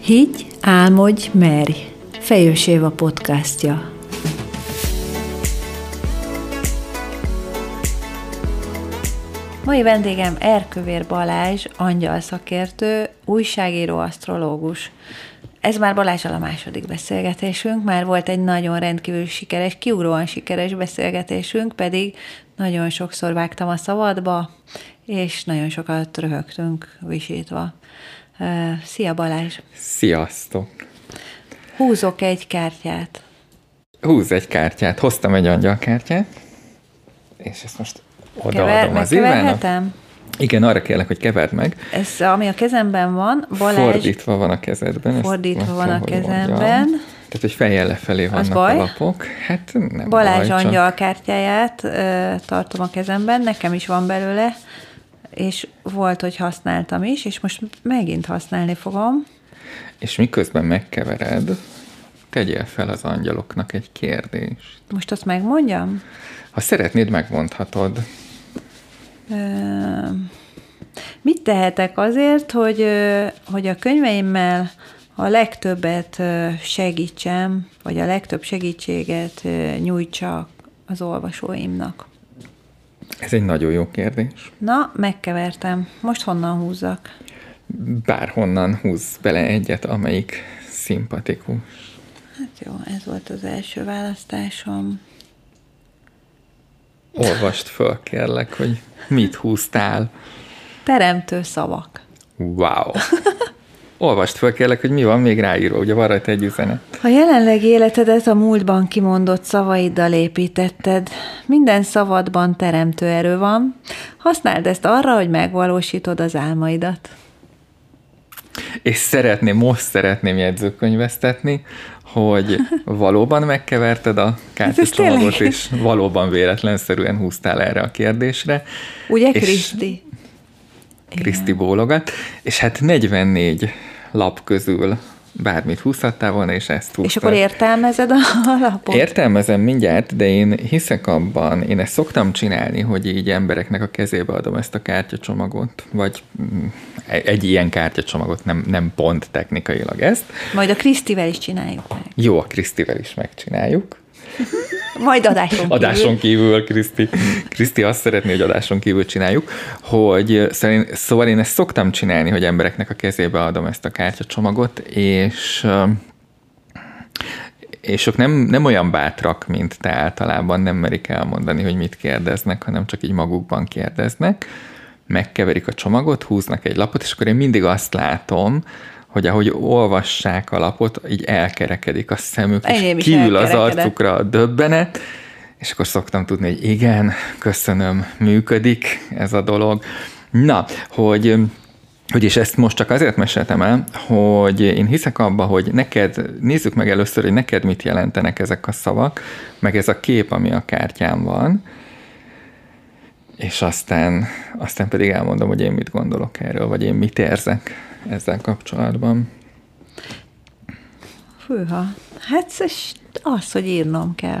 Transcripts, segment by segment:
Higgy, álmodj, merj! Fejős Éva podcastja. Mai vendégem Erkövér Balázs, angyalszakértő, újságíró, asztrológus. Ez már Balázsral a második beszélgetésünk, már volt egy nagyon rendkívül sikeres, kiugróan sikeres beszélgetésünk, pedig nagyon sokszor vágtam a szabadba, és nagyon sokat röhögtünk visítva. Szia Balázs! Sziasztok! Húzok egy kártyát. Húzz egy kártyát. Hoztam egy angyalkártyát, és ezt most odaadom az Évának. Megkeverhetem? Igen, arra kérlek, hogy keverd meg. Ez, ami a kezemben van, Balázs... Fordítva van a kezedben. Fordítva van a kezemben. Tehát, hogy fejjel lefelé vannak a lapok. Hát nem Balázs baj, angyalkártyáját tartom a kezemben, nekem is van belőle, és volt, hogy használtam is, és most megint használni fogom. És miközben megkevered, tegyél fel az angyaloknak egy kérdést. Most azt megmondjam? Ha szeretnéd, megmondhatod. Mit tehetek azért, hogy a könyveimmel a legtöbbet segítsem, vagy a legtöbb segítséget nyújtsak az olvasóimnak? Ez egy nagyon jó kérdés. Na, megkevertem. Most honnan húzzak? Bárhonnan húzz bele egyet, amelyik szimpatikus. Hát jó, ez volt az első választásom. Olvast föl, kérlek, hogy mit húztál. Teremtő szavak. Wow! Olvast föl, kérlek, hogy mi van még ráírva, ugye van rajta egy üzenet. A jelenlegi életedet a múltban kimondott szavaiddal építetted. Minden szavadban teremtő erő van. Használd ezt arra, hogy megvalósítod az álmaidat. És most szeretném jegyzőkönyvesztetni, hogy valóban megkeverted a kártyacsomagot, és valóban véletlenszerűen húztál erre a kérdésre. Ugye, Kriszti? Kriszti bólogat. És hát 44 lap közül bármit húzhattál volna, és ezt húztad. És akkor értelmezed a lapot? Értelmezem mindjárt, de én hiszek abban, én ezt szoktam csinálni, hogy így embereknek a kezébe adom ezt a kártyacsomagot, vagy egy ilyen kártyacsomagot, nem pont technikailag ezt. Majd a Krisztivel is csináljuk meg. Jó, a Krisztivel is megcsináljuk. Majd adáson kívül. Adáson kívül, Kriszti azt szeretné, hogy adáson kívül csináljuk, hogy szóval én ezt szoktam csinálni, hogy embereknek a kezébe adom ezt a kártyacsomagot, és ők nem olyan bátrak, mint te általában, nem merik elmondani, hogy mit kérdeznek, hanem csak így magukban kérdeznek, megkeverik a csomagot, húznak egy lapot, és akkor én mindig azt látom, hogy ahogy olvassák a lapot, így elkerekedik a szemük, és kívül az arcukra a döbbenet, és akkor szoktam tudni, hogy igen, köszönöm, működik ez a dolog. Na, hogy és ezt most csak azért meséltem el, hogy én hiszek abba, hogy nézzük meg először, hogy neked mit jelentenek ezek a szavak, meg ez a kép, ami a kártyán van, és aztán pedig elmondom, hogy én mit gondolok erről, vagy én mit érzek ezzel kapcsolatban. Hűha, hát az, hogy írnom kell.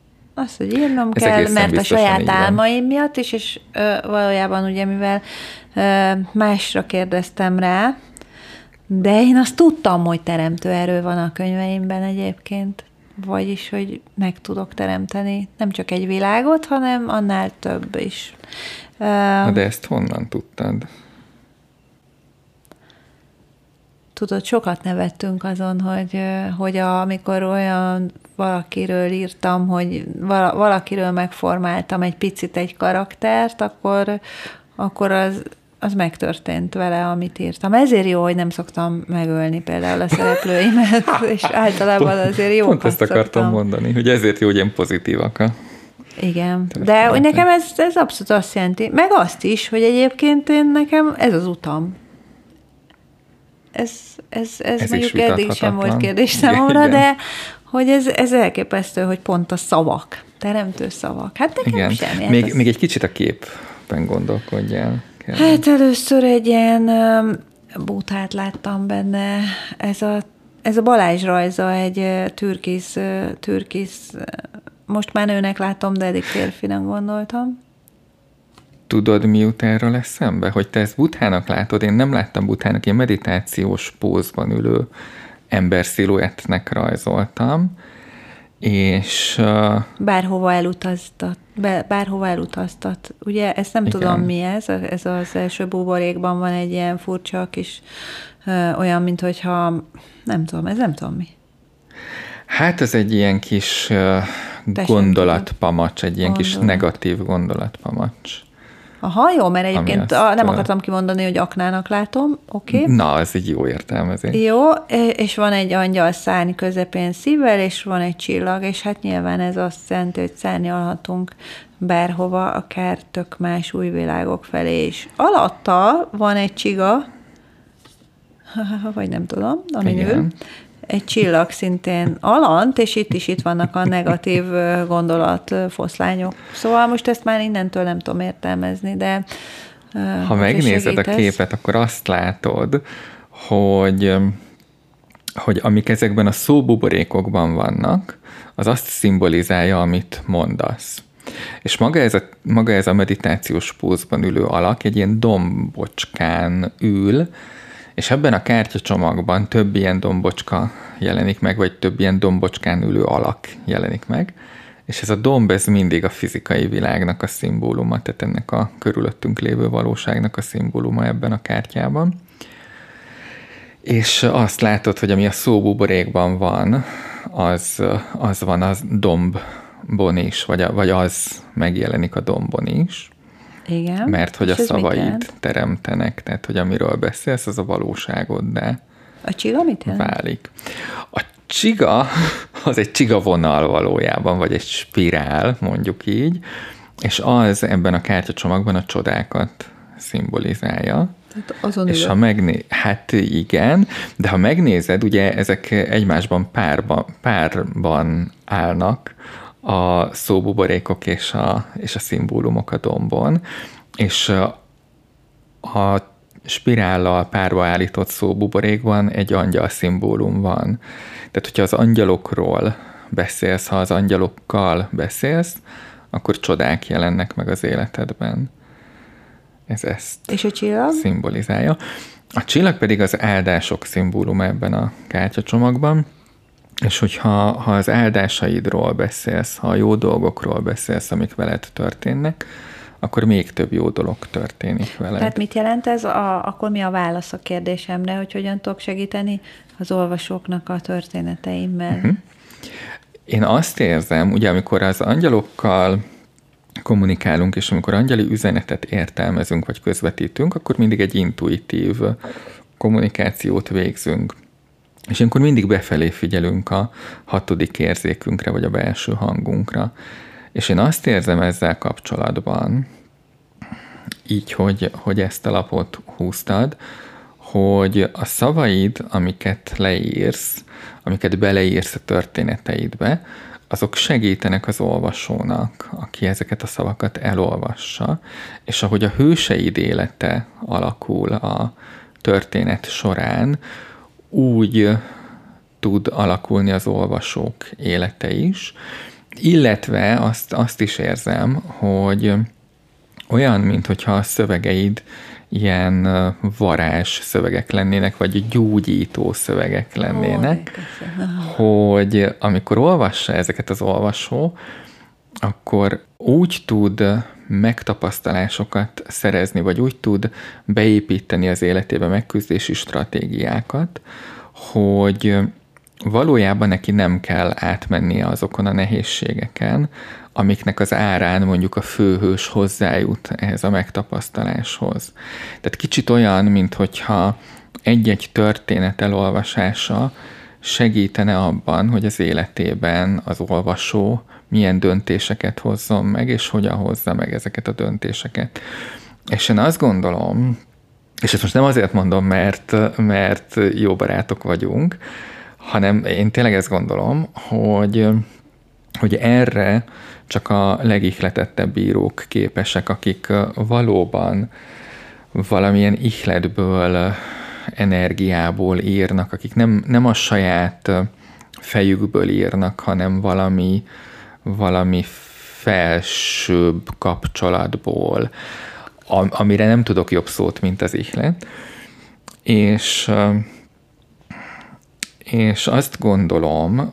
Mert a saját álmaim miatt is, és valójában ugye, mivel másra kérdeztem rá, de én azt tudtam, hogy teremtő erő van a könyveimben egyébként, vagyis, hogy meg tudok teremteni nem csak egy világot, hanem annál több is. De ezt honnan tudtad? Tudod, sokat nevettünk azon, hogy amikor olyan valakiről írtam, hogy valakiről megformáltam egy picit egy karaktert, akkor az megtörtént vele, amit írtam. Ezért jó, hogy nem szoktam megölni például a szereplőimet, és általában azért jókat pont ezt akartam mondani, hogy ezért jó, hogy ilyen pozitívak a... Igen, de hogy nekem ez abszolút azt jelenti, meg azt is, hogy egyébként nekem ez az utam. Ez mondjuk eddig sem volt kérdés számomra, de hogy ez elképesztő, hogy pont a szavak, teremtő szavak. Hát nekem semmi. Még egy kicsit a képben gondolkodjál. Hát először egy ilyen bútát láttam benne. Ez a Balázs rajza, egy türkisz, most már nőnek látom, de eddig férfinak gondoltam. tudod, mi jut erről eszembe? Hogy te ezt Buddhának látod, én nem láttam Buddhának, én meditációs pózban ülő embersziluettnek rajzoltam, és... Bárhova elutaztat. Ugye, ezt nem igen. tudom, mi ez. Ez az első buborékban van egy ilyen furcsa kis, olyan, mint hogyha, nem tudom mi. Hát ez egy ilyen kis gondolatpamacs, egy ilyen kis negatív gondolatpamacs. Aha, jó, mert egyébként nem akartam kimondani, hogy aknának látom, oké. Okay. Na, ez egy jó értelmezés. Jó, és van egy angyal szárny közepén szívvel, és van egy csillag, és hát nyilván ez azt jelenti, hogy szárnyalhatunk bárhova, akár tök más új világok felé is. Alatta van egy csiga, vagy nem tudom, amin ül, egy csillag szintén alant, és itt vannak a negatív gondolatfoszlányok. Szóval most ezt már innentől nem tudom értelmezni, de... Ha megnézed a képet, akkor azt látod, hogy amik ezekben a szóbuborékokban vannak, az azt szimbolizálja, amit mondasz. És maga ez a meditációs pózban ülő alak egy ilyen dombocskán ül, és ebben a kártyacsomagban több ilyen dombocska jelenik meg, vagy több ilyen dombocskán ülő alak jelenik meg, és ez a domb, ez mindig a fizikai világnak a szimbóluma, tehát ennek a körülöttünk lévő valóságnak a szimbóluma ebben a kártyában. És azt látod, hogy ami a szóbuborékban van, az van a dombon is, vagy az megjelenik a dombon is. Igen. Mert hogy a szavaid teremtenek, tehát hogy amiről beszélsz, az a valóságoddá A csiga mit jelent? válik. A csiga, az egy csigavonal valójában, vagy egy spirál, mondjuk így, és az ebben a kártyacsomagban a csodákat szimbolizálja. Tehát azon és hát igen, de ha megnézed, ugye ezek egymásban párban állnak, a szóbuborékok és a szimbólumok a dombon, és a spirállal párba állított szóbuborékban egy angyal szimbólum van. Tehát, hogyha az angyalokról beszélsz, ha az angyalokkal beszélsz, akkor csodák jelennek meg az életedben. Ez ezt és a csillag? Szimbolizálja. A csillag pedig az áldások szimbóluma ebben a kártyacsomagban, és hogyha az áldásaidról beszélsz, ha a jó dolgokról beszélsz, amik veled történnek, akkor még több jó dolog történik veled. Tehát mit jelent ez? Akkor mi a válasz a kérdésemre, hogy hogyan tudok segíteni az olvasóknak a történeteimmel? Uh-huh. Én azt érzem, ugye amikor az angyalokkal kommunikálunk, és amikor angyali üzenetet értelmezünk, vagy közvetítünk, akkor mindig egy intuitív kommunikációt végzünk. És ilyenkor mindig befelé figyelünk a 6. érzékünkre, vagy a belső hangunkra. És én azt érzem ezzel kapcsolatban, így, hogy ezt a lapot húztad, hogy a szavaid, amiket leírsz, amiket beleírsz a történeteidbe, azok segítenek az olvasónak, aki ezeket a szavakat elolvassa, és ahogy a hőseid élete alakul a történet során, úgy tud alakulni az olvasók élete is, illetve azt is érzem, hogy olyan, mintha a szövegeid ilyen varázs szövegek lennének, vagy gyógyító szövegek lennének, hogy amikor olvassa ezeket az olvasó, akkor úgy tud megtapasztalásokat szerezni, vagy úgy tud beépíteni az életébe megküzdési stratégiákat, hogy valójában neki nem kell átmennie azokon a nehézségeken, amiknek az árán mondjuk a főhős hozzájut ehhez a megtapasztaláshoz. Tehát kicsit olyan, minthogyha egy-egy történet elolvasása segítene abban, hogy az életében az olvasó milyen döntéseket hozzon meg, és hogyan hozza meg ezeket a döntéseket. És én azt gondolom, és ezt most nem azért mondom, mert jó barátok vagyunk, hanem én tényleg ezt gondolom, hogy erre csak a legihletettebb írók képesek, akik valóban valamilyen ihletből, energiából írnak, akik nem a saját fejükből írnak, hanem valami felsőbb kapcsolatból, amire nem tudok jobb szót, mint az ihlet. És azt gondolom,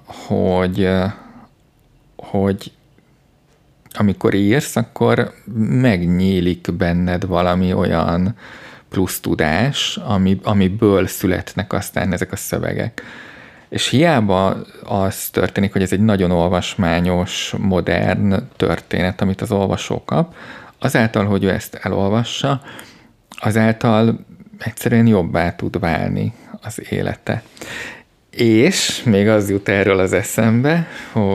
hogy amikor írsz, akkor megnyílik benned valami olyan plusz tudás, amiből születnek aztán ezek a szövegek. És hiába az történik, hogy ez egy nagyon olvasmányos, modern történet, amit az olvasó kap, azáltal, hogy ő ezt elolvassa, azáltal egyszerűen jobbá tud válni az élete. És még az jut erről az eszembe,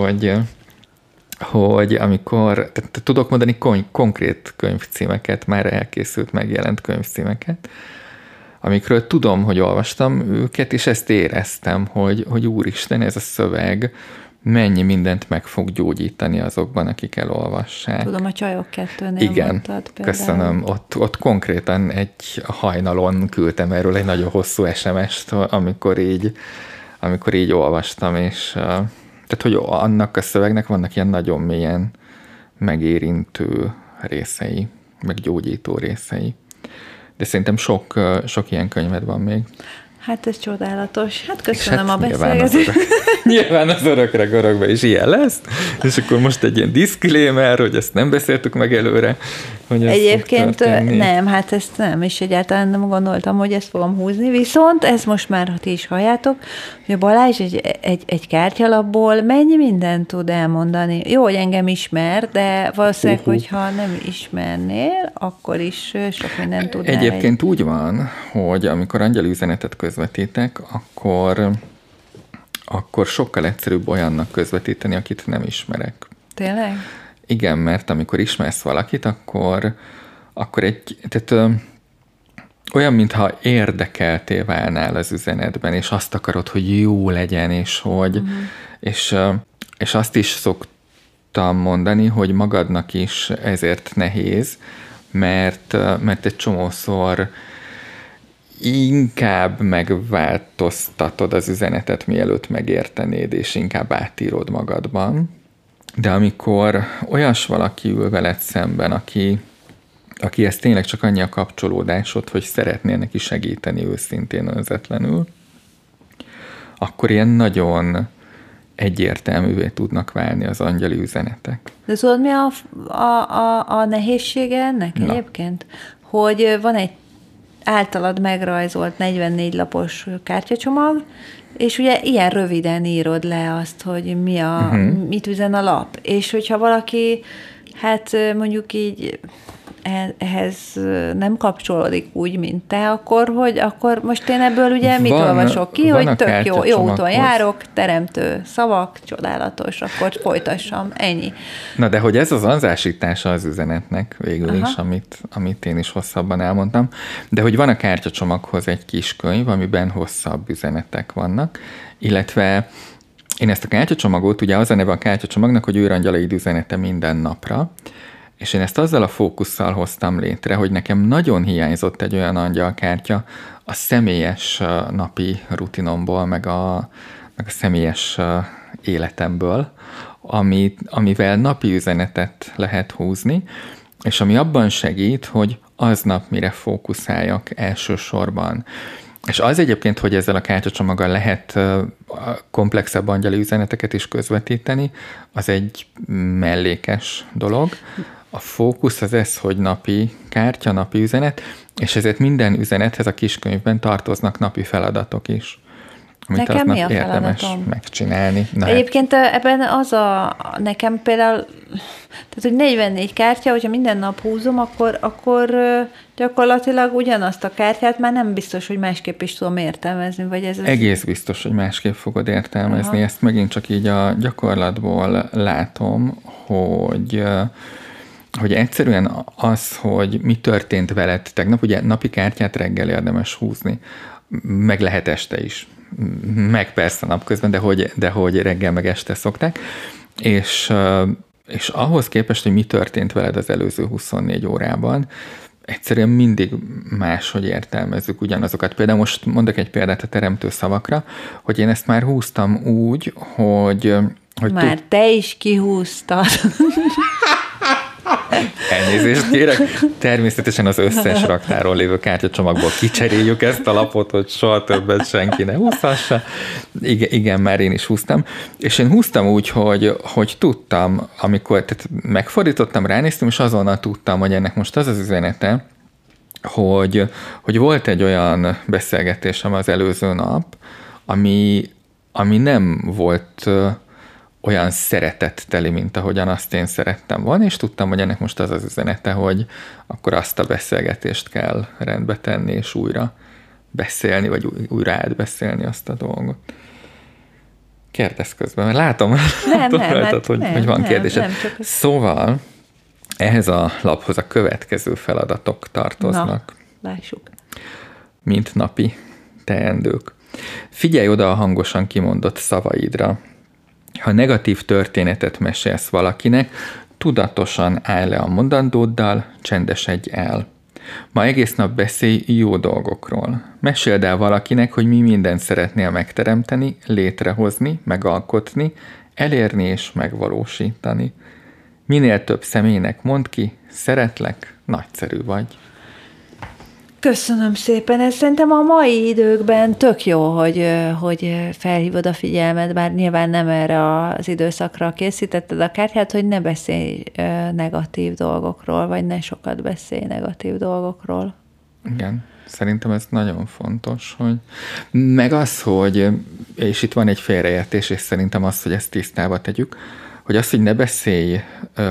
hogy amikor, tehát tudok mondani konkrét könyvcímeket, már elkészült, megjelent könyvcímeket, amikről tudom, hogy olvastam őket, és ezt éreztem, hogy úristen, ez a szöveg mennyi mindent meg fog gyógyítani azokban, akik elolvassák. Tudom, a Csajok 2-nél igen, mondtad például. Köszönöm. Ott konkrétan egy hajnalon küldtem erről egy nagyon hosszú SMS-t, amikor így olvastam, és tehát, hogy annak a szövegnek vannak ilyen nagyon mélyen megérintő részei, meggyógyító részei. De szerintem sok ilyen könyved van még. Hát ez csodálatos. Hát köszönöm a beszélgetést. Nyilván az Örökre Görögben is ilyen lesz, és akkor most egy ilyen disclaimer, hogy ezt nem beszéltük meg előre. Hogy egyébként nem, hát ezt nem, és egyáltalán nem gondoltam, hogy ezt fogom húzni, viszont ez most már, ha ti is halljátok, hogy a Balázs egy kártyalapból mennyi mindent tud elmondani. Jó, hogy engem ismer, de valószínűleg, hogyha nem ismernél, akkor is sok mindent tud. Egyébként úgy van, hogy amikor angyali üzenetet közvetítek, akkor sokkal egyszerűbb olyannak közvetíteni, akit nem ismerek. Tényleg? Igen, mert amikor ismersz valakit, akkor tehát olyan, mintha érdekelté válnál az üzenetben, és azt akarod, hogy jó legyen, és azt is szoktam mondani, hogy magadnak is ezért nehéz, mert egy csomószor inkább megváltoztatod az üzenetet, mielőtt megértenéd, és inkább átírod magadban. De amikor olyas valaki ül veled szemben, aki ez tényleg csak annyi a kapcsolódásod, hogy szeretnél neki segíteni őszintén, önzetlenül, akkor ilyen nagyon egyértelművé tudnak válni az angyali üzenetek. De tudod, mi a nehézsége ennek egyébként? Hogy van egy általad megrajzolt 44 lapos kártyacsomag, és ugye ilyen röviden írod le azt, hogy mit üzen a lap. És hogyha valaki, hát mondjuk így ehhez nem kapcsolódik úgy, mint te, akkor most én ebből ugye mit olvasok ki, hogy tök jó úton járok, teremtő szavak, csodálatos, akkor folytassam, ennyi. Na de hogy ez az anzásítása az üzenetnek végül is, amit én is hosszabban elmondtam, de hogy van a kártyacsomaghoz egy kis könyv, amiben hosszabb üzenetek vannak, illetve én ezt a kártyacsomagot, ugye az a neve a kártyacsomagnak, hogy őrangyalaid üzenete minden napra, és én ezt azzal a fókusszal hoztam létre, hogy nekem nagyon hiányzott egy olyan angyalkártya a személyes napi rutinomból, meg a személyes életemből, amivel napi üzenetet lehet húzni, és ami abban segít, hogy aznap mire fókuszáljak elsősorban. És az egyébként, hogy ezzel a kártyacsomaggal lehet komplexebb angyali üzeneteket is közvetíteni, az egy mellékes dolog. A fókusz az ez, hogy napi kártya, napi üzenet, és ezért minden üzenethez a kiskönyvben tartoznak napi feladatok is, amit nekem mi a érdemes megcsinálni. Egyébként ebben nekem például, tehát hogy 44 kártya, hogyha minden nap húzom, akkor gyakorlatilag ugyanazt a kártyát már nem biztos, hogy másképp is tudom értelmezni. Vagy ez egész biztos, hogy másképp fogod értelmezni. Aha. Ezt megint csak így a gyakorlatból látom, hogy egyszerűen az, hogy mi történt veled tegnap, ugye napi kártyát reggel érdemes húzni, meg lehet este is, meg persze napközben, de hogy reggel meg este szokták, és ahhoz képest, hogy mi történt veled az előző 24 órában, egyszerűen mindig máshogy értelmezzük ugyanazokat. Például most mondok egy példát a teremtő szavakra, hogy én ezt már húztam úgy, hogy már te is kihúztad. elnézést kérek. Természetesen az összes raktáron lévő kártyacsomagból kicseréljük ezt a lapot, hogy soha többet senki ne húzhassa. Igen, már én is húztam. És én húztam úgy, hogy tudtam, amikor tehát megfordítottam, ránéztem, és azonnal tudtam, hogy ennek most az az üzenete, hogy volt egy olyan beszélgetésem az előző nap, ami nem volt olyan szeretetteli, mint ahogyan azt én szerettem volna, és tudtam, hogy ennek most az az üzenete, hogy akkor azt a beszélgetést kell rendbe tenni, és újra beszélni, vagy újra átbeszélni azt a dolgot. Kérdezz közben, mert látom hogy van kérdésed. Szóval ehhez a laphoz a következő feladatok tartoznak. Na, lássuk. Mint napi teendők. Figyelj oda a hangosan kimondott szavaidra. Ha negatív történetet mesélsz valakinek, tudatosan állj le a mondandóddal, csendesedj el. Ma egész nap beszélj jó dolgokról. Meséld el valakinek, hogy mi mindent szeretnél megteremteni, létrehozni, megalkotni, elérni és megvalósítani. Minél több személynek mondd ki, szeretlek, nagyszerű vagy. Köszönöm szépen, ez szerintem a mai időkben tök jó, hogy felhívod a figyelmet, bár nyilván nem erre az időszakra készítetted a kártyát, hogy ne beszélj negatív dolgokról, vagy ne sokat beszélj negatív dolgokról. Igen, szerintem ez nagyon fontos, hogy meg az, hogy, és itt van egy félreértés, és szerintem az, hogy ezt tisztába tegyük, hogy az, hogy ne beszélj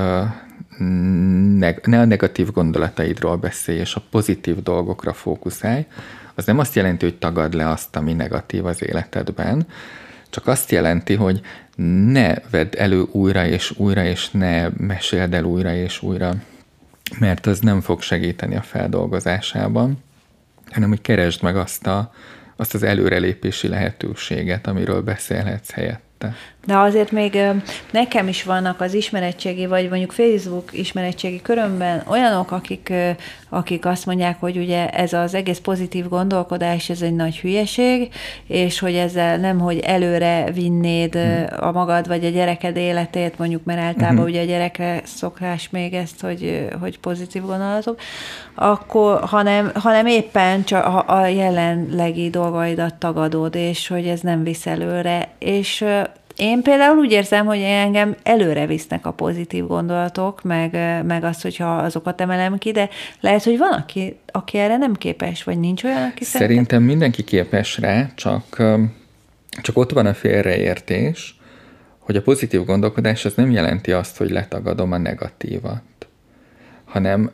ne a negatív gondolataidról beszélj, és a pozitív dolgokra fókuszálj, az nem azt jelenti, hogy tagadd le azt, ami negatív az életedben, csak azt jelenti, hogy ne vedd elő újra és újra, és ne meséld el újra és újra, mert az nem fog segíteni a feldolgozásában, hanem hogy keresd meg azt az előrelépési lehetőséget, amiről beszélhetsz helyette. De azért még nekem is vannak az ismeretségi, vagy mondjuk Facebook ismeretségi körömben olyanok, akik azt mondják, hogy ugye ez az egész pozitív gondolkodás, ez egy nagy hülyeség, és hogy ezzel nem, hogy előre vinnéd a magad, vagy a gyereked életét, mondjuk, mert általában ugye a gyerekre szokás még ezt, hogy pozitív gondolatok, akkor, hanem éppen csak a jelenlegi dolgaidat tagadod, és hogy ez nem visz előre, és én például úgy érzem, hogy engem előre visznek a pozitív gondolatok, meg az, hogyha azokat emelem ki, de lehet, hogy van, aki erre nem képes, vagy nincs olyan, aki Szerintem mindenki képes rá, csak ott van a félreértés, hogy a pozitív gondolkodás az nem jelenti azt, hogy letagadom a negatívat, hanem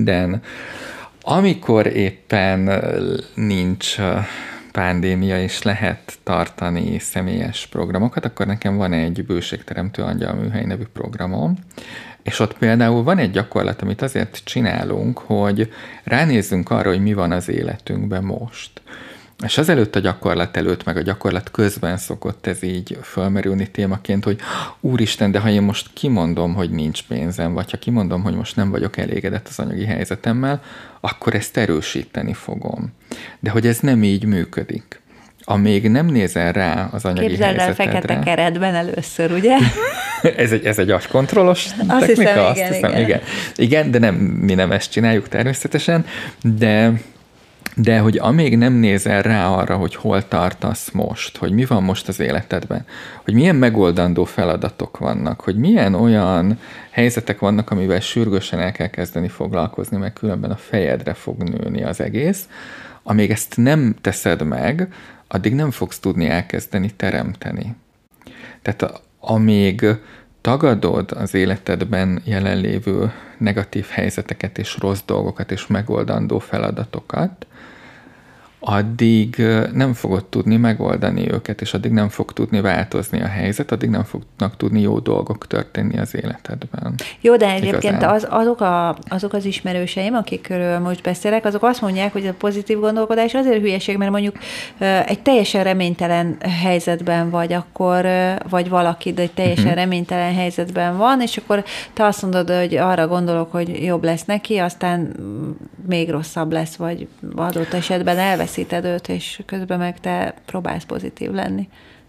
amikor éppen nincs pandémia, és lehet tartani személyes programokat, akkor nekem van egy bőségteremtő angyalműhely nevű programom, és ott például van egy gyakorlat, amit azért csinálunk, hogy ránézzünk arra, hogy mi van az életünkben most. És azelőtt a gyakorlat előtt, meg a gyakorlat közben szokott ez így fölmerülni témaként, hogy úristen, de ha én most kimondom, hogy nincs pénzem, vagy ha kimondom, hogy most nem vagyok elégedett az anyagi helyzetemmel, akkor ezt erősíteni fogom. De hogy ez nem így működik. Amíg nem nézel rá az anyagi helyzetedre. Képzeld el fekete keretben először, ugye? ez egy agykontrollos technika? Azt hiszem, igen, de mi nem ezt csináljuk természetesen, de hogy amíg nem nézel rá arra, hogy hol tartasz most, hogy mi van most az életedben, hogy milyen megoldandó feladatok vannak, hogy milyen olyan helyzetek vannak, amivel sürgősen el kell kezdeni foglalkozni, mert különben a fejedre fog nőni az egész, amíg ezt nem teszed meg, addig nem fogsz tudni elkezdeni teremteni. Tehát amíg tagadod az életedben jelenlévő negatív helyzeteket és rossz dolgokat és megoldandó feladatokat, addig nem fogod tudni megoldani őket, és addig nem fog tudni változni a helyzet, addig nem fognak tudni jó dolgok történni az életedben. Jó, de egyébként azok az ismerőseim, akikről most beszélek, azok azt mondják, hogy a pozitív gondolkodás azért hülyeség, mert mondjuk egy teljesen reménytelen helyzetben vagy valaki, de egy teljesen reménytelen helyzetben van, és akkor te azt mondod, hogy arra gondolok, hogy jobb lesz neki, aztán még rosszabb lesz, vagy adott esetben elveszíted őt, és közben meg te próbálsz pozitív lenni.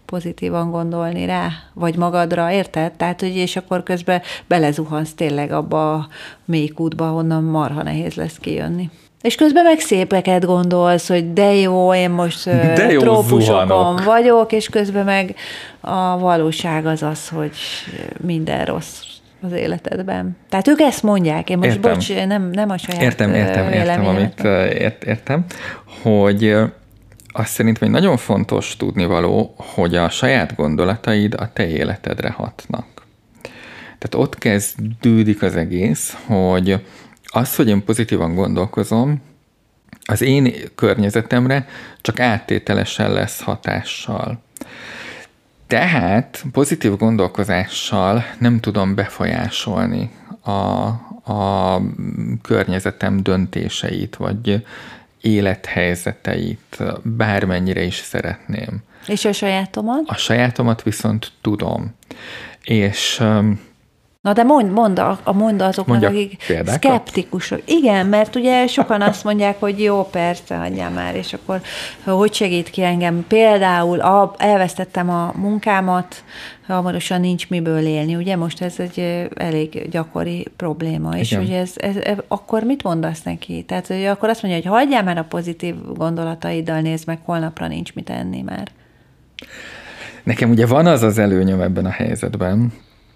pozitívan gondolni rá, vagy magadra, érted? Tehát, hogy és akkor közben belezuhansz tényleg abba a mély kútba, honnan marha nehéz lesz kijönni. És közben meg szépeket gondolsz, hogy de jó, én most trópusokon vagyok, és közben meg a valóság az, hogy minden rossz az életedben. Tehát ők ezt mondják, én most értem. Bocs, nem a saját Értem, amit értem, hogy azt szerintem egy nagyon fontos tudnivaló, hogy a saját gondolataid a te életedre hatnak. Tehát ott kezdődik az egész, hogy az, hogy én pozitívan gondolkozom, az én környezetemre csak áttételesen lesz hatással. Tehát pozitív gondolkozással nem tudom befolyásolni a környezetem döntéseit, vagy élethelyzeteit, bármennyire is szeretném. És a sajátomat? A sajátomat viszont tudom. És... Na de mondd azoknak, akik példákat? szkeptikusok. Igen, mert ugye sokan azt mondják, hogy jó, persze, hagyjál már, és akkor hogy segít ki engem? Például elvesztettem a munkámat, hamarosan nincs miből élni, ugye most ez egy elég gyakori probléma, igen. És ugye ez akkor mit mondasz neki? Tehát hogy akkor azt mondja, hogy hagyjál már a pozitív gondolataiddal, nézd meg, holnapra nincs mit enni már. Nekem ugye van az előnyöm ebben a helyzetben,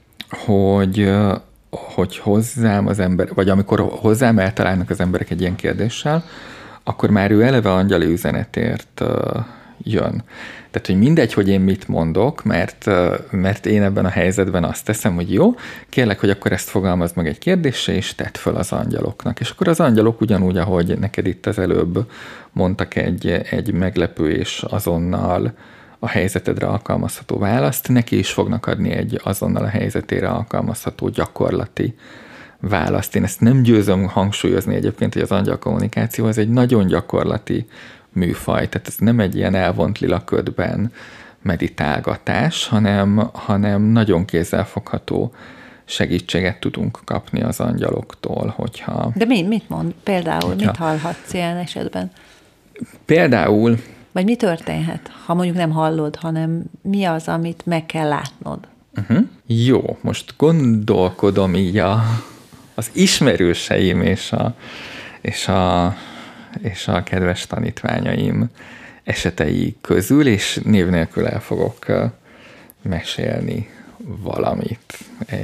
hogy hozzám az ember, vagy amikor hozzám eltalálnak az emberek egy ilyen kérdéssel, akkor már ő eleve angyali üzenetért jön. Tehát, hogy mindegy, hogy én mit mondok, mert én ebben a helyzetben azt teszem, hogy jó, kérlek, hogy akkor ezt fogalmazd meg egy kérdéssel, és tedd föl az angyaloknak. És akkor az angyalok ugyanúgy, ahogy neked itt az előbb mondtak egy meglepő és azonnal a helyzetedre alkalmazható választ, neki is fognak adni egy azonnal a helyzetére alkalmazható gyakorlati választ. Én ezt nem győzöm hangsúlyozni egyébként, hogy az angyal kommunikáció az egy nagyon gyakorlati műfaj, tehát ez nem egy ilyen elvont lilaködben meditálgatás, hanem nagyon kézzelfogható segítséget tudunk kapni az angyaloktól, hogyha... De mit mond? Például mit hallhatsz ilyen esetben? Például... Vagy mi történhet, ha mondjuk nem hallod, hanem mi az, amit meg kell látnod? Jó, most gondolkodom így az ismerőseim és a kedves tanítványaim esetei közül, és név nélkül el fogok mesélni valamit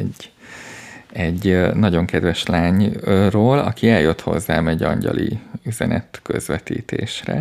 egy nagyon kedves lányról, aki eljött hozzám egy angyali üzenet közvetítésre,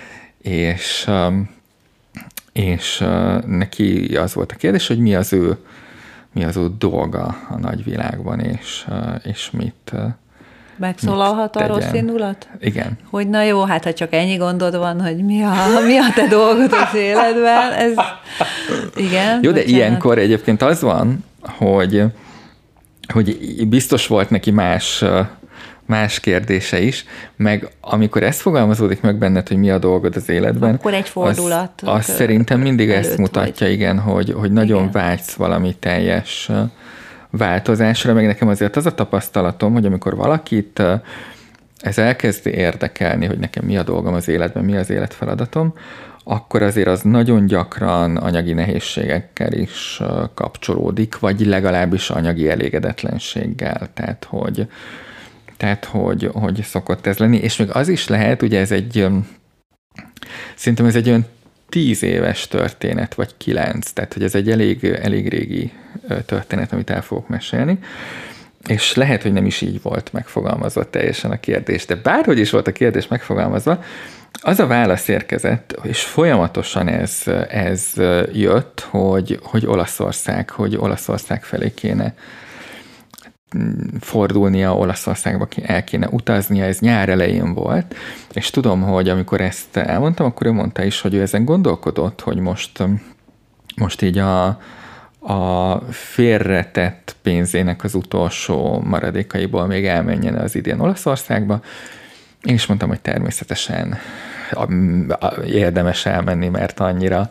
és neki az volt a kérdés, hogy mi az ő dolga a nagyvilágban, és mit megszólalhat a rossz indulat? Igen. Hogy na jó, hát ha csak ennyi gondod van, hogy mi a te dolgod az életben, ez igen. Jó, de ilyenkor egyébként az van, hogy biztos volt neki más kérdése is, meg amikor ez fogalmazódik meg benned, hogy mi a dolgod az életben, akkor egy fordulat. Az szerintem mindig ezt mutatja, igen, hogy nagyon igen. Vágysz valami teljes változásra, meg nekem azért az a tapasztalatom, hogy amikor valakit ez elkezd érdekelni, hogy nekem mi a dolgom az életben, mi az életfeladatom, akkor azért az nagyon gyakran anyagi nehézségekkel is kapcsolódik, vagy legalábbis anyagi elégedetlenséggel. Tehát, hogy szokott ez lenni. És még az is lehet, ugye szerintem ez egy olyan 10 éves történet, vagy 9, tehát hogy ez egy elég régi történet, amit el fogok mesélni, és lehet, hogy nem is így volt megfogalmazva teljesen a kérdés, de bárhogy is volt a kérdés megfogalmazva, az a válasz érkezett, és folyamatosan ez jött, hogy Olaszország felé kéne fordulnia, Olaszországba el kéne utaznia, ez nyár elején volt, és tudom, hogy amikor ezt elmondtam, akkor ő mondta is, hogy ő ezen gondolkodott, hogy most így a félretett pénzének az utolsó maradékaiból még elmenjen az idén Olaszországba. Én is mondtam, hogy természetesen érdemes elmenni, mert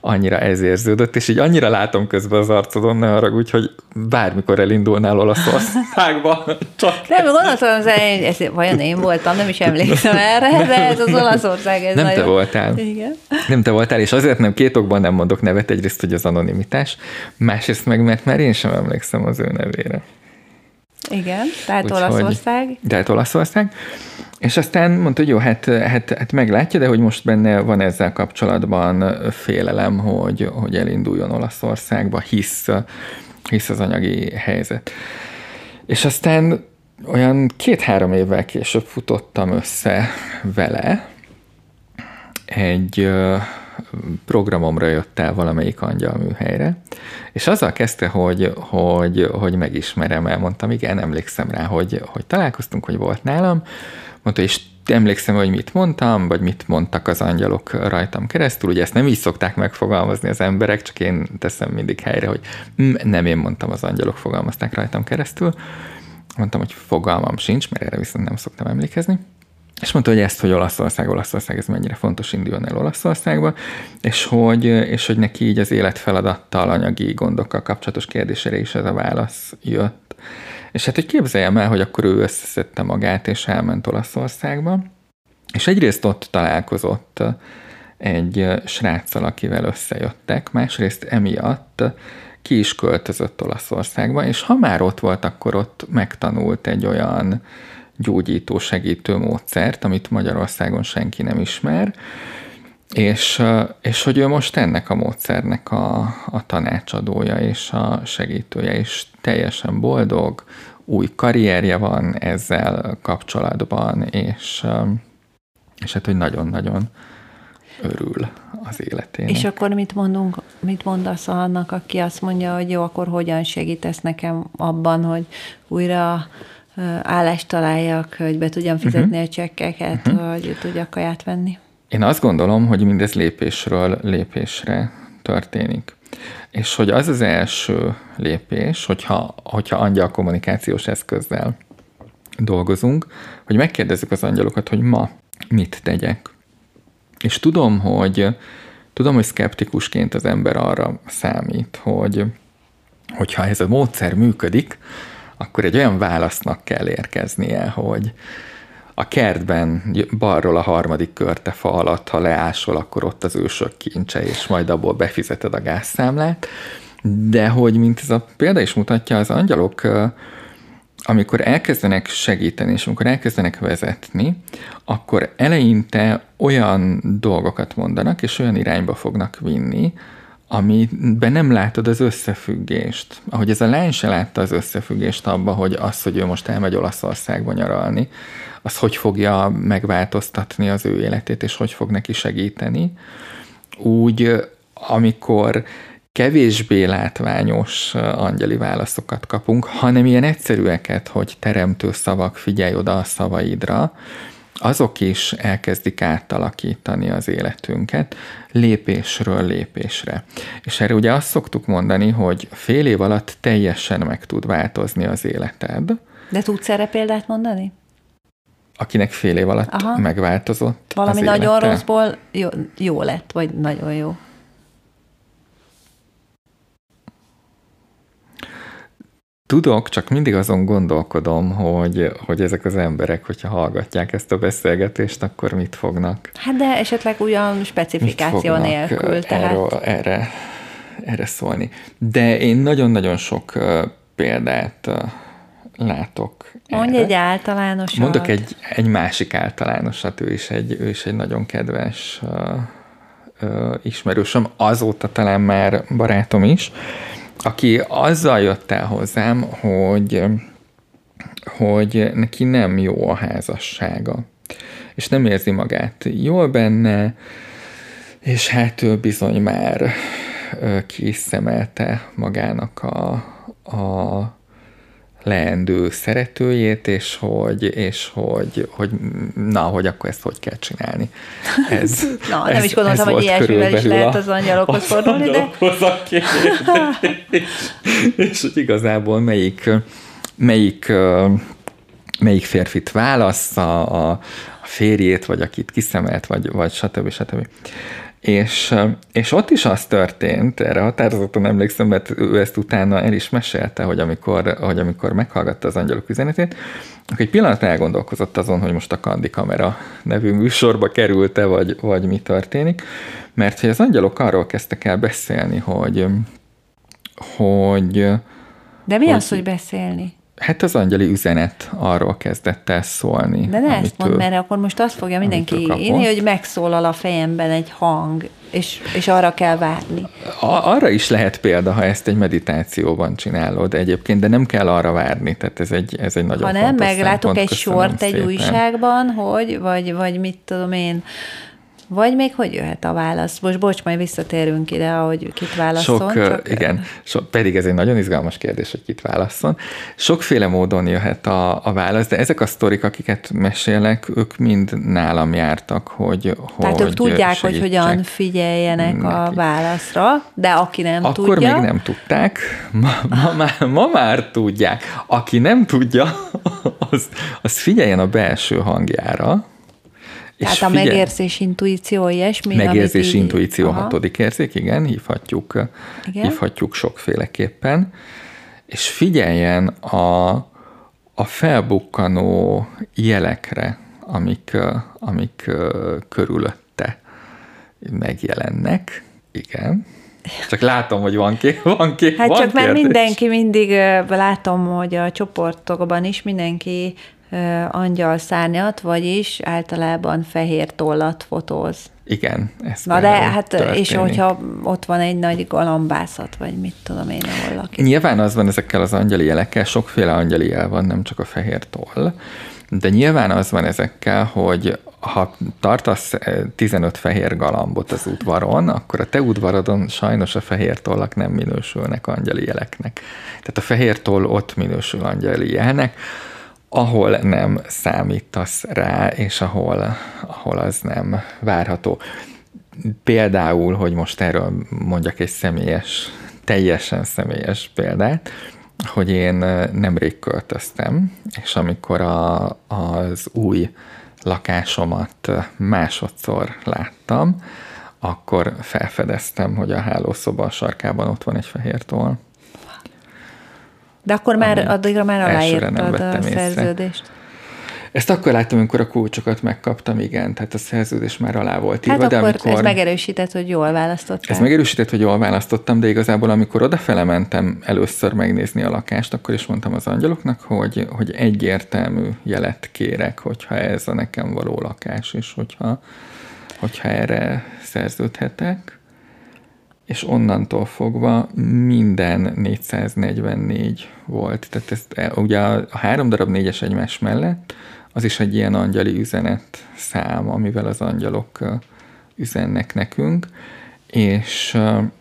annyira ez érződött, és így annyira látom közben az arcodon, ne haragudj, hogy bármikor elindulnál Olaszországba. Nem, gondoltam, ez vajon én voltam, nem is emlékszem erre, de ez az Olaszország. Ez nem nagyon... te voltál. Igen. Nem te voltál, és azért nem, két okban nem mondok nevet, egyrészt, hogy az anonimitás, másrészt meg, mert már én sem emlékszem az ő nevére. Igen, tehát Olaszország. Tehát Olaszország. És aztán mondta, hogy jó, hát meglátja, de hogy most benne van ezzel kapcsolatban félelem, hogy elinduljon Olaszországba, hisz az anyagi helyzet. És aztán olyan 2-3 évvel később futottam össze vele, egy programomra jött el valamelyik angyalműhelyre, és azzal kezdte, hogy megismerem, elmondtam, igen, emlékszem rá, hogy találkoztunk, hogy volt nálam, mondta, és emlékszem, hogy mit mondtam, vagy mit mondtak az angyalok rajtam keresztül, ugye ezt nem így szokták megfogalmazni az emberek, csak én teszem mindig helyre, hogy nem én mondtam, az angyalok fogalmazták rajtam keresztül, mondtam, hogy fogalmam sincs, mert erre viszont nem szoktam emlékezni. És mondta, hogy hogy Olaszország, ez mennyire fontos, induljon el Olaszországba, és hogy neki így az életfeladattal, anyagi gondokkal kapcsolatos kérdésére is ez a válasz jött. És hát, hogy képzeljem el, hogy akkor ő összeszedte magát, és elment Olaszországba, és egyrészt ott találkozott egy sráccal, akivel összejöttek, másrészt emiatt ki is költözött Olaszországba, és ha már ott volt, akkor ott megtanult egy olyan gyógyító, segítő módszert, amit Magyarországon senki nem ismer, és hogy ő most ennek a módszernek a tanácsadója és a segítője, és teljesen boldog, új karrierje van ezzel kapcsolatban, és hát, hogy nagyon-nagyon örül az életének. És akkor mit mondasz annak, aki azt mondja, hogy jó, akkor hogyan segítesz nekem abban, hogy újra állást találjak, hogy be tudjam fizetni a csekkeket, hogy tudjak kaját venni? Én azt gondolom, hogy mindez lépésről lépésre történik. És hogy az az első lépés, hogyha angyal kommunikációs eszközzel dolgozunk, hogy megkérdezzük az angyalokat, hogy ma mit tegyek. És tudom, hogy szkeptikusként az ember arra számít, hogyha ez a módszer működik, akkor egy olyan válasznak kell érkeznie, hogy a kertben balról a 3. körtefa alatt, ha leásol, akkor ott az ősök kincse, és majd abból befizeted a gázszámlát. De hogy, mint ez a példa is mutatja, az angyalok, amikor elkezdenek segíteni, és amikor elkezdenek vezetni, akkor eleinte olyan dolgokat mondanak, és olyan irányba fognak vinni, amiben nem látod az összefüggést. Ahogy ez a lány se látta az összefüggést abba, hogy ő most elmegy Olaszországba nyaralni, az hogy fogja megváltoztatni az ő életét, és hogy fog neki segíteni. Úgy, amikor kevésbé látványos angyali válaszokat kapunk, hanem ilyen egyszerűeket, hogy teremtő szavak, figyelj oda a szavaidra, azok is elkezdik átalakítani az életünket lépésről lépésre. És erre ugye azt szoktuk mondani, hogy fél év alatt teljesen meg tud változni az életed. De tudsz erre példát mondani? Akinek fél év alatt megváltozott valami az nagyon élete. rosszból jó lett, vagy nagyon jó. Tudok, csak mindig azon gondolkodom, hogy ezek az emberek, hogyha hallgatják ezt a beszélgetést, akkor mit fognak. Hát de esetleg olyan specifikáció nélkül. Erre szólni. De én nagyon-nagyon sok példát látok. Mondj egy általánosat. Mondok egy másik általánosat, ő is egy nagyon kedves ismerősöm, azóta talán már barátom is, aki azzal jött el hozzám, hogy neki nem jó a házassága, és nem érzi magát jól benne, és hát ő bizony már ki is szemelte magának a leendő szeretőjét, és hogy akkor ezt hogy kell csinálni. Nem is gondoltam, hogy ilyesmivel is lehet az angyalokhoz fordulni, de... És hogy igazából melyik férfit válasz, a férjét, vagy akit kiszemelt, vagy stb. És ott is az történt, erre határozottan emlékszem, mert ő ezt utána el is mesélte, hogy amikor meghallgatta az angyalok üzenetét, akkor egy pillanat elgondolkozott azon, hogy most a Kandi Kamera nevű műsorba került-e, vagy mi történik, mert hogy az angyalok arról kezdtek el beszélni, hogy De mi az, hogy beszélni? Hát az angyali üzenet arról kezdett el szólni. De ne ezt mondd, mert akkor most azt fogja mindenki írni, hogy megszólal a fejemben egy hang, és arra kell várni. Arra is lehet példa, ha ezt egy meditációban csinálod egyébként, de nem kell arra várni, tehát ez egy nagyon fontos szempont. Ha nem, meglátok egy sort egy újságban, hogy, vagy mit tudom én, vagy még hogy jöhet a válasz? Most bocs, majd visszatérünk ide, hogy kit válasszon. Igen, pedig ez egy nagyon izgalmas kérdés, hogy kit válasszon. Sokféle módon jöhet a válasz, de ezek a sztorik, akiket mesélek, ők mind nálam jártak, hogy tehát ők tudják, hogy hogyan figyeljenek a válaszra, de aki nem akkor tudja... Akkor még nem tudták, ma már tudják. Aki nem tudja, az figyeljen a belső hangjára. Tehát a megérzés, intuíció, ilyesmi? Megérzés, intuíció, hatodik érzék, igen, hívhatjuk sokféleképpen. És figyeljen a felbukkanó jelekre, amik körülötte megjelennek. Igen. Csak látom, hogy van Hát van csak kérdés. már mindenki mindig, látom, hogy a csoportokban is mindenki angyalszárnyat, vagyis általában fehér tollat fotóz. Igen. Na de hát, történik. És hogyha ott van egy nagy galambászat, vagy mit tudom én, ahol lakik. Nyilván az van ezekkel az angyali jelekkel, sokféle angyali jel van, nem csak a fehér toll, de nyilván az van ezekkel, hogy ha tartasz 15 fehér galambot az udvaron, akkor a te udvarodon sajnos a fehér tollak nem minősülnek angyali jeleknek. Tehát a fehér toll ott minősül angyali jelnek, ahol nem számítasz rá, és ahol az nem várható. Például, hogy most erről mondjak egy teljesen személyes példát, hogy én nemrég költöztem, és amikor az új lakásomat másodszor láttam, akkor felfedeztem, hogy a hálószoba sarkában ott van egy fehér toll. De akkor addigra már aláírtad a szerződést? Ezt akkor láttam, amikor a kulcsokat megkaptam, igen, tehát a szerződés már alá volt írva. Hát akkor ez megerősített, hogy jól választottál. Ez megerősített, hogy jól választottam, de igazából amikor odafele mentem először megnézni a lakást, akkor is mondtam az angyaloknak, hogy egyértelmű jelet kérek, hogyha ez a nekem való lakás, és hogyha erre szerződhetek. És onnantól fogva minden 444 volt. Tehát ez, ugye a 3 darab 4-es egymás mellett, az is egy ilyen angyali üzenet szám, amivel az angyalok üzennek nekünk, és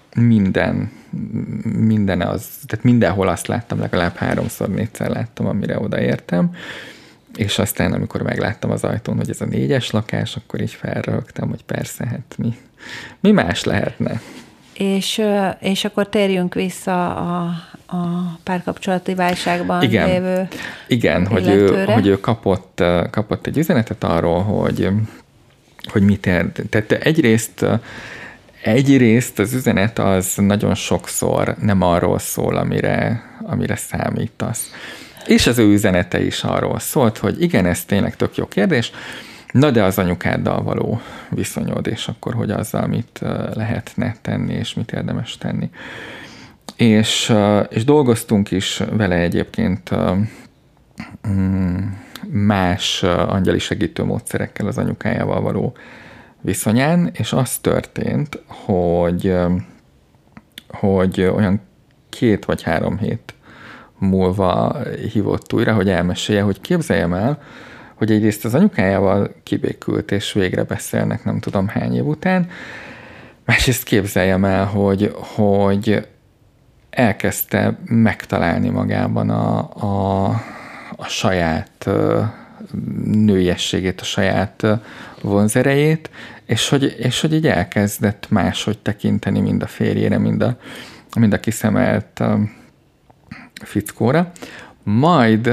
minden az, tehát mindenhol azt láttam, legalább 3-4-szer láttam, amire odaértem, és aztán, amikor megláttam az ajtón, hogy ez a 4-es lakás, akkor így felröhögtem, hogy persze, hát mi más lehetne. És akkor térjünk vissza a párkapcsolati válságban lévő hogy ő kapott egy üzenetet arról, hogy mit ér. Tehát egyrészt az üzenet az nagyon sokszor nem arról szól, amire számítasz. És az ő üzenete is arról szólt, hogy igen, ez tényleg tök jó kérdés, na de az anyukáddal való viszonyod, és akkor hogy azzal mit lehetne tenni, és mit érdemes tenni. És dolgoztunk is vele egyébként más angyali segítő módszerekkel az anyukájával való viszonyán, és az történt, hogy olyan 2 vagy 3 hét múlva hívott újra, hogy elmesélje, hogy képzeljem el, hogy egyrészt az anyukájával kibékült, és végre beszélnek nem tudom hány év után, másrészt képzeljem el, hogy elkezdte megtalálni magában a saját nőiességét, a saját vonzerejét, és hogy így elkezdett máshogy tekinteni mind a férjére, mind a kiszemelt fickóra. Majd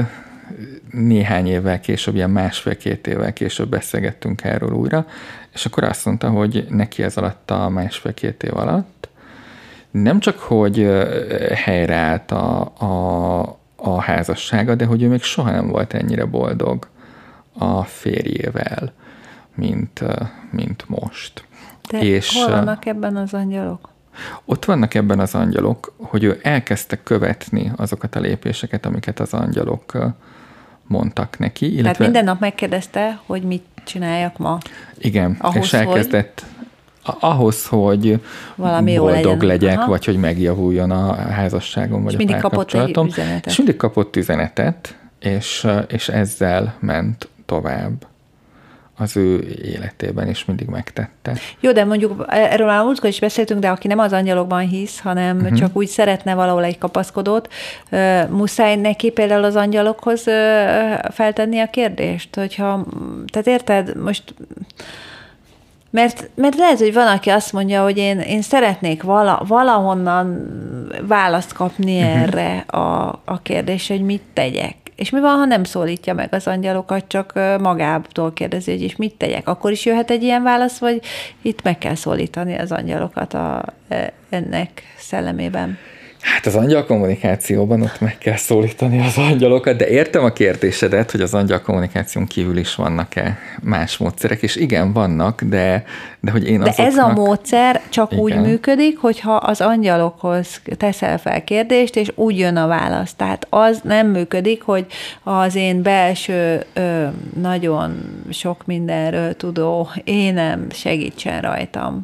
néhány évvel később, ilyen 1,5-2 évvel később beszélgettünk erről újra, és akkor azt mondta, hogy neki ez alatt a 1,5-2 év alatt nem csak, hogy helyreállt a házassága, de hogy ő még soha nem volt ennyire boldog a férjével, mint most. De és hol vannak ebben az angyalok? Ott vannak ebben az angyalok, hogy ő elkezdte követni azokat a lépéseket, amiket az angyalok mondtak neki. Illetve, tehát minden nap megkérdezte, hogy mit csináljak ma. Igen, ahhoz, és elkezdett ahhoz, hogy valami boldog legyek, vagy hogy megjavuljon a házasságom, vagy a párkapcsolatom. És mindig kapott üzenetet, és ezzel ment tovább az ő életében, és mindig megtette. Jó, de mondjuk erről már múltkor is beszéltünk, de aki nem az angyalokban hisz, hanem csak úgy szeretne valahol egy kapaszkodót, muszáj neki például az angyalokhoz feltenni a kérdést, hogyha, tehát érted, most... Mert lehet, hogy van, aki azt mondja, hogy én szeretnék valahonnan választ kapni erre a kérdésre, hogy mit tegyek. És mi van, ha nem szólítja meg az angyalokat, csak magától kérdezi, hogy és mit tegyek? Akkor is jöhet egy ilyen válasz, vagy itt meg kell szólítani az angyalokat ennek szellemében? Hát az angyal kommunikációban ott meg kell szólítani az angyalokat, de értem a kérdésedet, hogy az angyal kommunikáción kívül is vannak-e más módszerek, és igen, vannak, de hogy én azoknak... De ez a módszer csak igen. úgy működik, hogyha az angyalokhoz teszel fel kérdést, és úgy jön a válasz. Tehát az nem működik, hogy az én belső, nagyon sok mindenről tudó énem segítsen rajtam.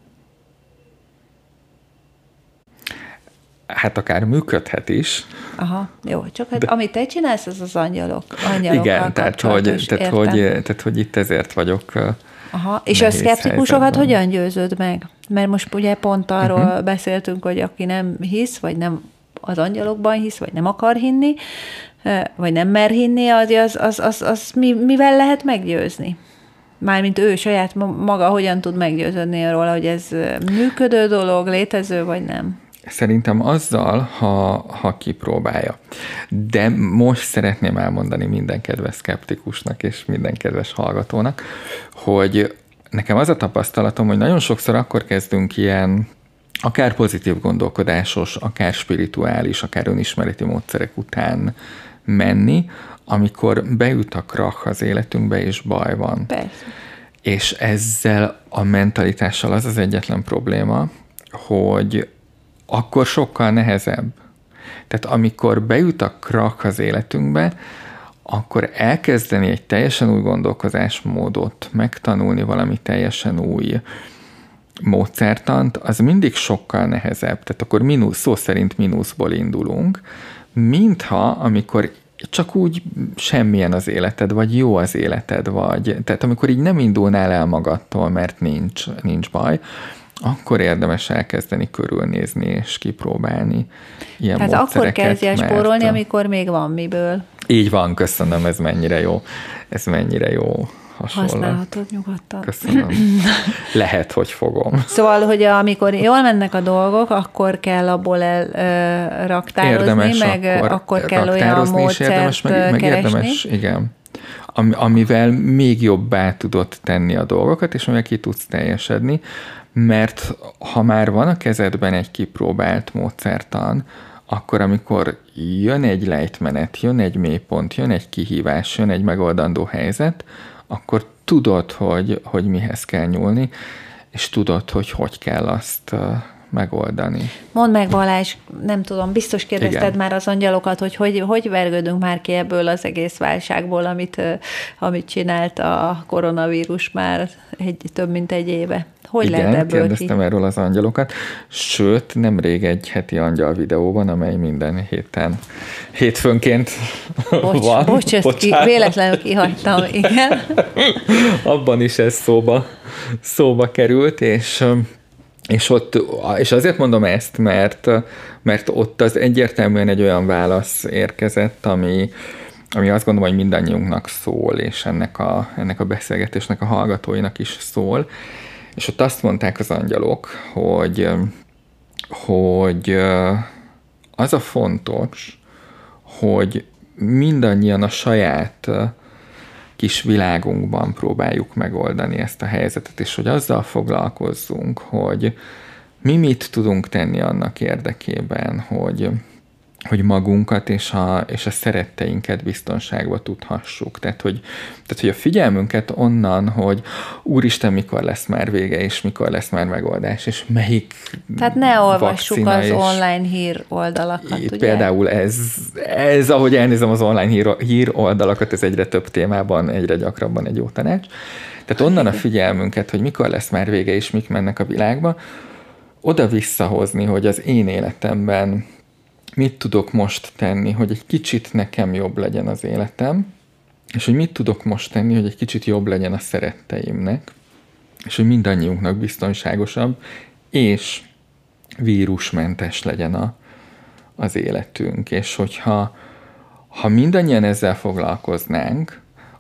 Hát akár működhet is. Aha, jó. Csak hát, amit te csinálsz, az az angyalokkal igen, tehát hogy itt ezért vagyok. Aha, és a szkeptikusokat hogyan győzöd meg? Mert most ugye pont arról beszéltünk, hogy aki nem hisz, vagy nem az angyalokban hisz, vagy nem akar hinni, vagy nem mer hinni, az mivel lehet meggyőzni? Mármint ő saját maga hogyan tud meggyőződni róla, hogy ez működő dolog, létező, vagy nem? Szerintem azzal, ha kipróbálja. De most szeretném elmondani minden kedves szkeptikusnak és minden kedves hallgatónak, hogy nekem az a tapasztalatom, hogy nagyon sokszor akkor kezdünk ilyen akár pozitív gondolkodásos, akár spirituális, akár önismereti módszerek után menni, amikor beüt a krach az életünkbe, és baj van. Persze. És ezzel a mentalitással az az egyetlen probléma, hogy akkor sokkal nehezebb. Tehát amikor beüt a krach az életünkbe, akkor elkezdeni egy teljesen új gondolkozásmódot, megtanulni valami teljesen új módszertant, az mindig sokkal nehezebb. Tehát akkor szó szerint mínuszból indulunk, mintha amikor csak úgy semmilyen az életed, vagy jó az életed, vagy tehát amikor így nem indulnál el magadtól, mert nincs baj, akkor érdemes elkezdeni körülnézni és kipróbálni ilyen tehát módszereket. Tehát akkor kezdj el spórolni, amikor még van miből. Így van, köszönöm, ez mennyire jó hasonlat. Használhatod nyugodtan. Köszönöm. Lehet, hogy fogom. Szóval, hogy amikor jól mennek a dolgok, akkor kell abból raktározni, érdemes meg akkor kell olyan módszert meg érdemes, igen. Amivel még jobbá tudod tenni a dolgokat, és amivel ki tudsz teljesedni, mert ha már van a kezedben egy kipróbált módszertan, akkor amikor jön egy lejtmenet, jön egy mélypont, jön egy kihívás, jön egy megoldandó helyzet, akkor tudod, hogy mihez kell nyúlni, és tudod, hogy kell azt megoldani. Mondd meg, Balázs, nem tudom, biztos kérdezted igen. már az angyalokat, hogy vergődünk már ki ebből az egész válságból, amit csinált a koronavírus már több mint egy éve. Hogy igen, lehet ebből kérdeztem erről az angyalokat, sőt, nemrég egy heti angyal videóban, amely minden hétfőnként van. Bocs, ezt véletlenül kihagytam, igen. Abban is ez szóba került, és azért mondom ezt, mert ott az egyértelműen egy olyan válasz érkezett, ami azt gondolom, hogy mindannyiunknak szól, és ennek a beszélgetésnek a hallgatóinak is szól. És ott azt mondták az angyalok, hogy az a fontos, hogy mindannyian a saját kis világunkban próbáljuk megoldani ezt a helyzetet, és hogy azzal foglalkozzunk, hogy mi mit tudunk tenni annak érdekében, hogy magunkat és a szeretteinket biztonságba tudhassuk. Tehát, hogy a figyelmünket onnan, hogy úristen, mikor lesz már vége, és mikor lesz már megoldás, és melyik Tehát ne olvassuk az online hír oldalakat, ugye? Például ez, ahogy elnézem az online hír oldalakat, ez egyre több témában, egyre gyakrabban egy jó tanács. Tehát onnan a figyelmünket, hogy mikor lesz már vége, és mik mennek a világba, oda visszahozni, hogy az én életemben mit tudok most tenni, hogy egy kicsit nekem jobb legyen az életem, és hogy mit tudok most tenni, hogy egy kicsit jobb legyen a szeretteimnek, és hogy mindannyiunknak biztonságosabb, és vírusmentes legyen az életünk. És hogyha mindannyian ezzel foglalkoznánk,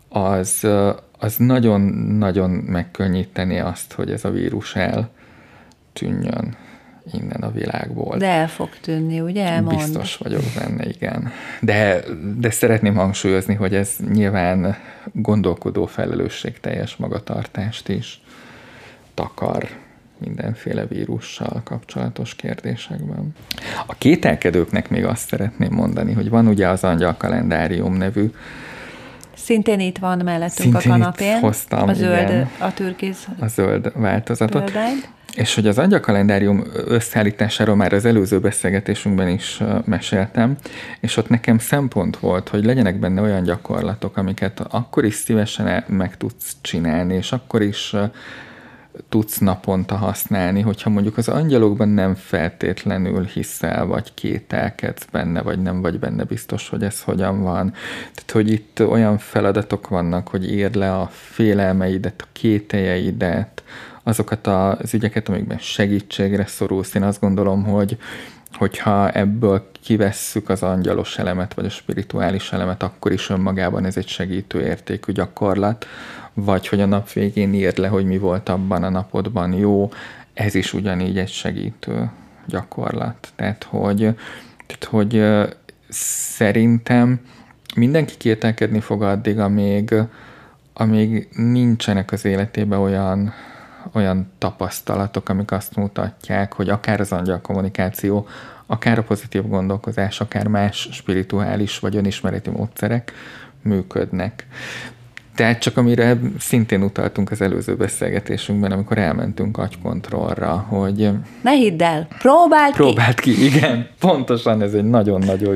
az nagyon-nagyon megkönnyíteni azt, hogy ez a vírus eltűnjön innen a világból. De el fog tűnni, ugye? Elmond. Biztos vagyok benne, igen. De szeretném hangsúlyozni, hogy ez nyilván gondolkodó, felelősségteljes magatartást is takar mindenféle vírussal kapcsolatos kérdésekben. A kételkedőknek még azt szeretném mondani, hogy van ugye az Angyal Kalendárium nevű. Szintén itt van mellettünk a kanapén. Hoztam, a zöld, igen, a türkiz. A zöld változatot. Példányt. És hogy az Angyal Kalendárium összeállításáról már az előző beszélgetésünkben is meséltem, és ott nekem szempont volt, hogy legyenek benne olyan gyakorlatok, amiket akkor is szívesen meg tudsz csinálni, és akkor is tudsz naponta használni, hogyha mondjuk az angyalokban nem feltétlenül hiszel, vagy kételkedsz benne, vagy nem vagy benne biztos, hogy ez hogyan van. Tehát, hogy itt olyan feladatok vannak, hogy írd le a félelmeidet, a kételjeidet, azokat az ügyeket, amikben segítségre szorulsz. Én azt gondolom, hogyha ebből kivesszük az angyalos elemet, vagy a spirituális elemet, akkor is önmagában ez egy segítő értékű gyakorlat, vagy hogy a nap végén írd le, hogy mi volt abban a napodban jó, ez is ugyanígy egy segítő gyakorlat. Tehát, hogy szerintem mindenki kételkedni fog addig, amíg nincsenek az életében olyan tapasztalatok, amik azt mutatják, hogy akár az angyal kommunikáció, akár a pozitív gondolkozás, akár más spirituális vagy önismereti módszerek működnek. Tehát csak amire szintén utaltunk az előző beszélgetésünkben, amikor elmentünk agykontrollra, hogy... Ne hidd el, próbáld ki, igen. Pontosan, ez egy nagyon-nagyon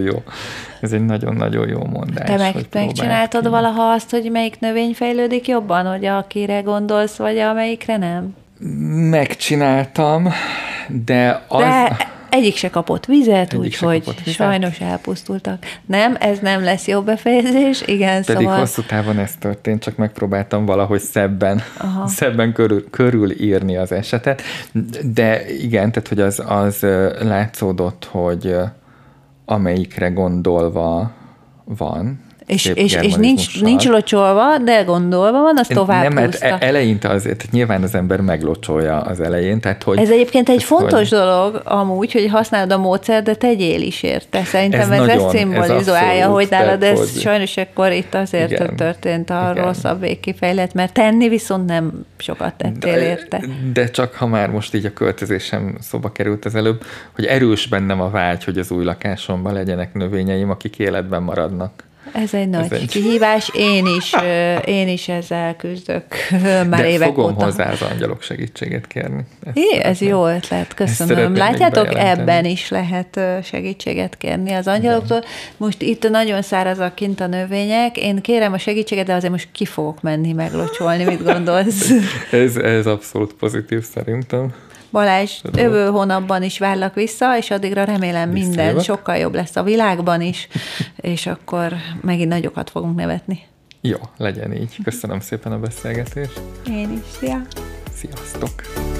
jó mondás. Te megcsináltad valaha azt, hogy melyik növény fejlődik jobban, hogy akire gondolsz, vagy amelyikre nem? Megcsináltam, de egyik se kapott vizet, úgyhogy sajnos elpusztultak. Nem, ez nem lesz jó befejezés, igen, pedig szóval... hosszú távon ez történt, csak megpróbáltam valahogy szebben körülírni az esetet. De igen, tehát hogy az látszódott, hogy amelyikre gondolva van, és nincs locsolva, de gondolva van, az tovább nem, húzta. Hát eleinte azért, nyilván az ember meglocsolja az elején. Tehát, hogy, ez egyébként egy fontos dolog amúgy, hogy használod a módszert, de tegyél is érte. Szerintem ez ezt szimbolizálja, hogy nálad ez sajnos akkor itt azért történt a rosszabb végkifejlet, mert tenni viszont nem sokat tettél érte. De csak ha már most így a költözésem szóba került az előbb, hogy erős bennem a vágy, hogy az új lakásomban legyenek növényeim, akik életben maradnak. Ez egy nagy kihívás, én is ezzel küzdök már de évek fogom óta. Hozzá az angyalok segítséget kérni. Ez jó ötlet, köszönöm. Látjátok, ebben is lehet segítséget kérni az angyaloktól. Most itt nagyon szárazak kint a növények, én kérem a segítséget, de azért most ki fogok menni meglocsolni, mit gondolsz? ez abszolút pozitív szerintem. Balázs, jövő hónapban is várlak vissza, és addigra remélem minden sokkal jobb lesz a világban is, és akkor megint nagyokat fogunk nevetni. Jó, legyen így. Köszönöm szépen a beszélgetést. Én is, szia! Sziasztok!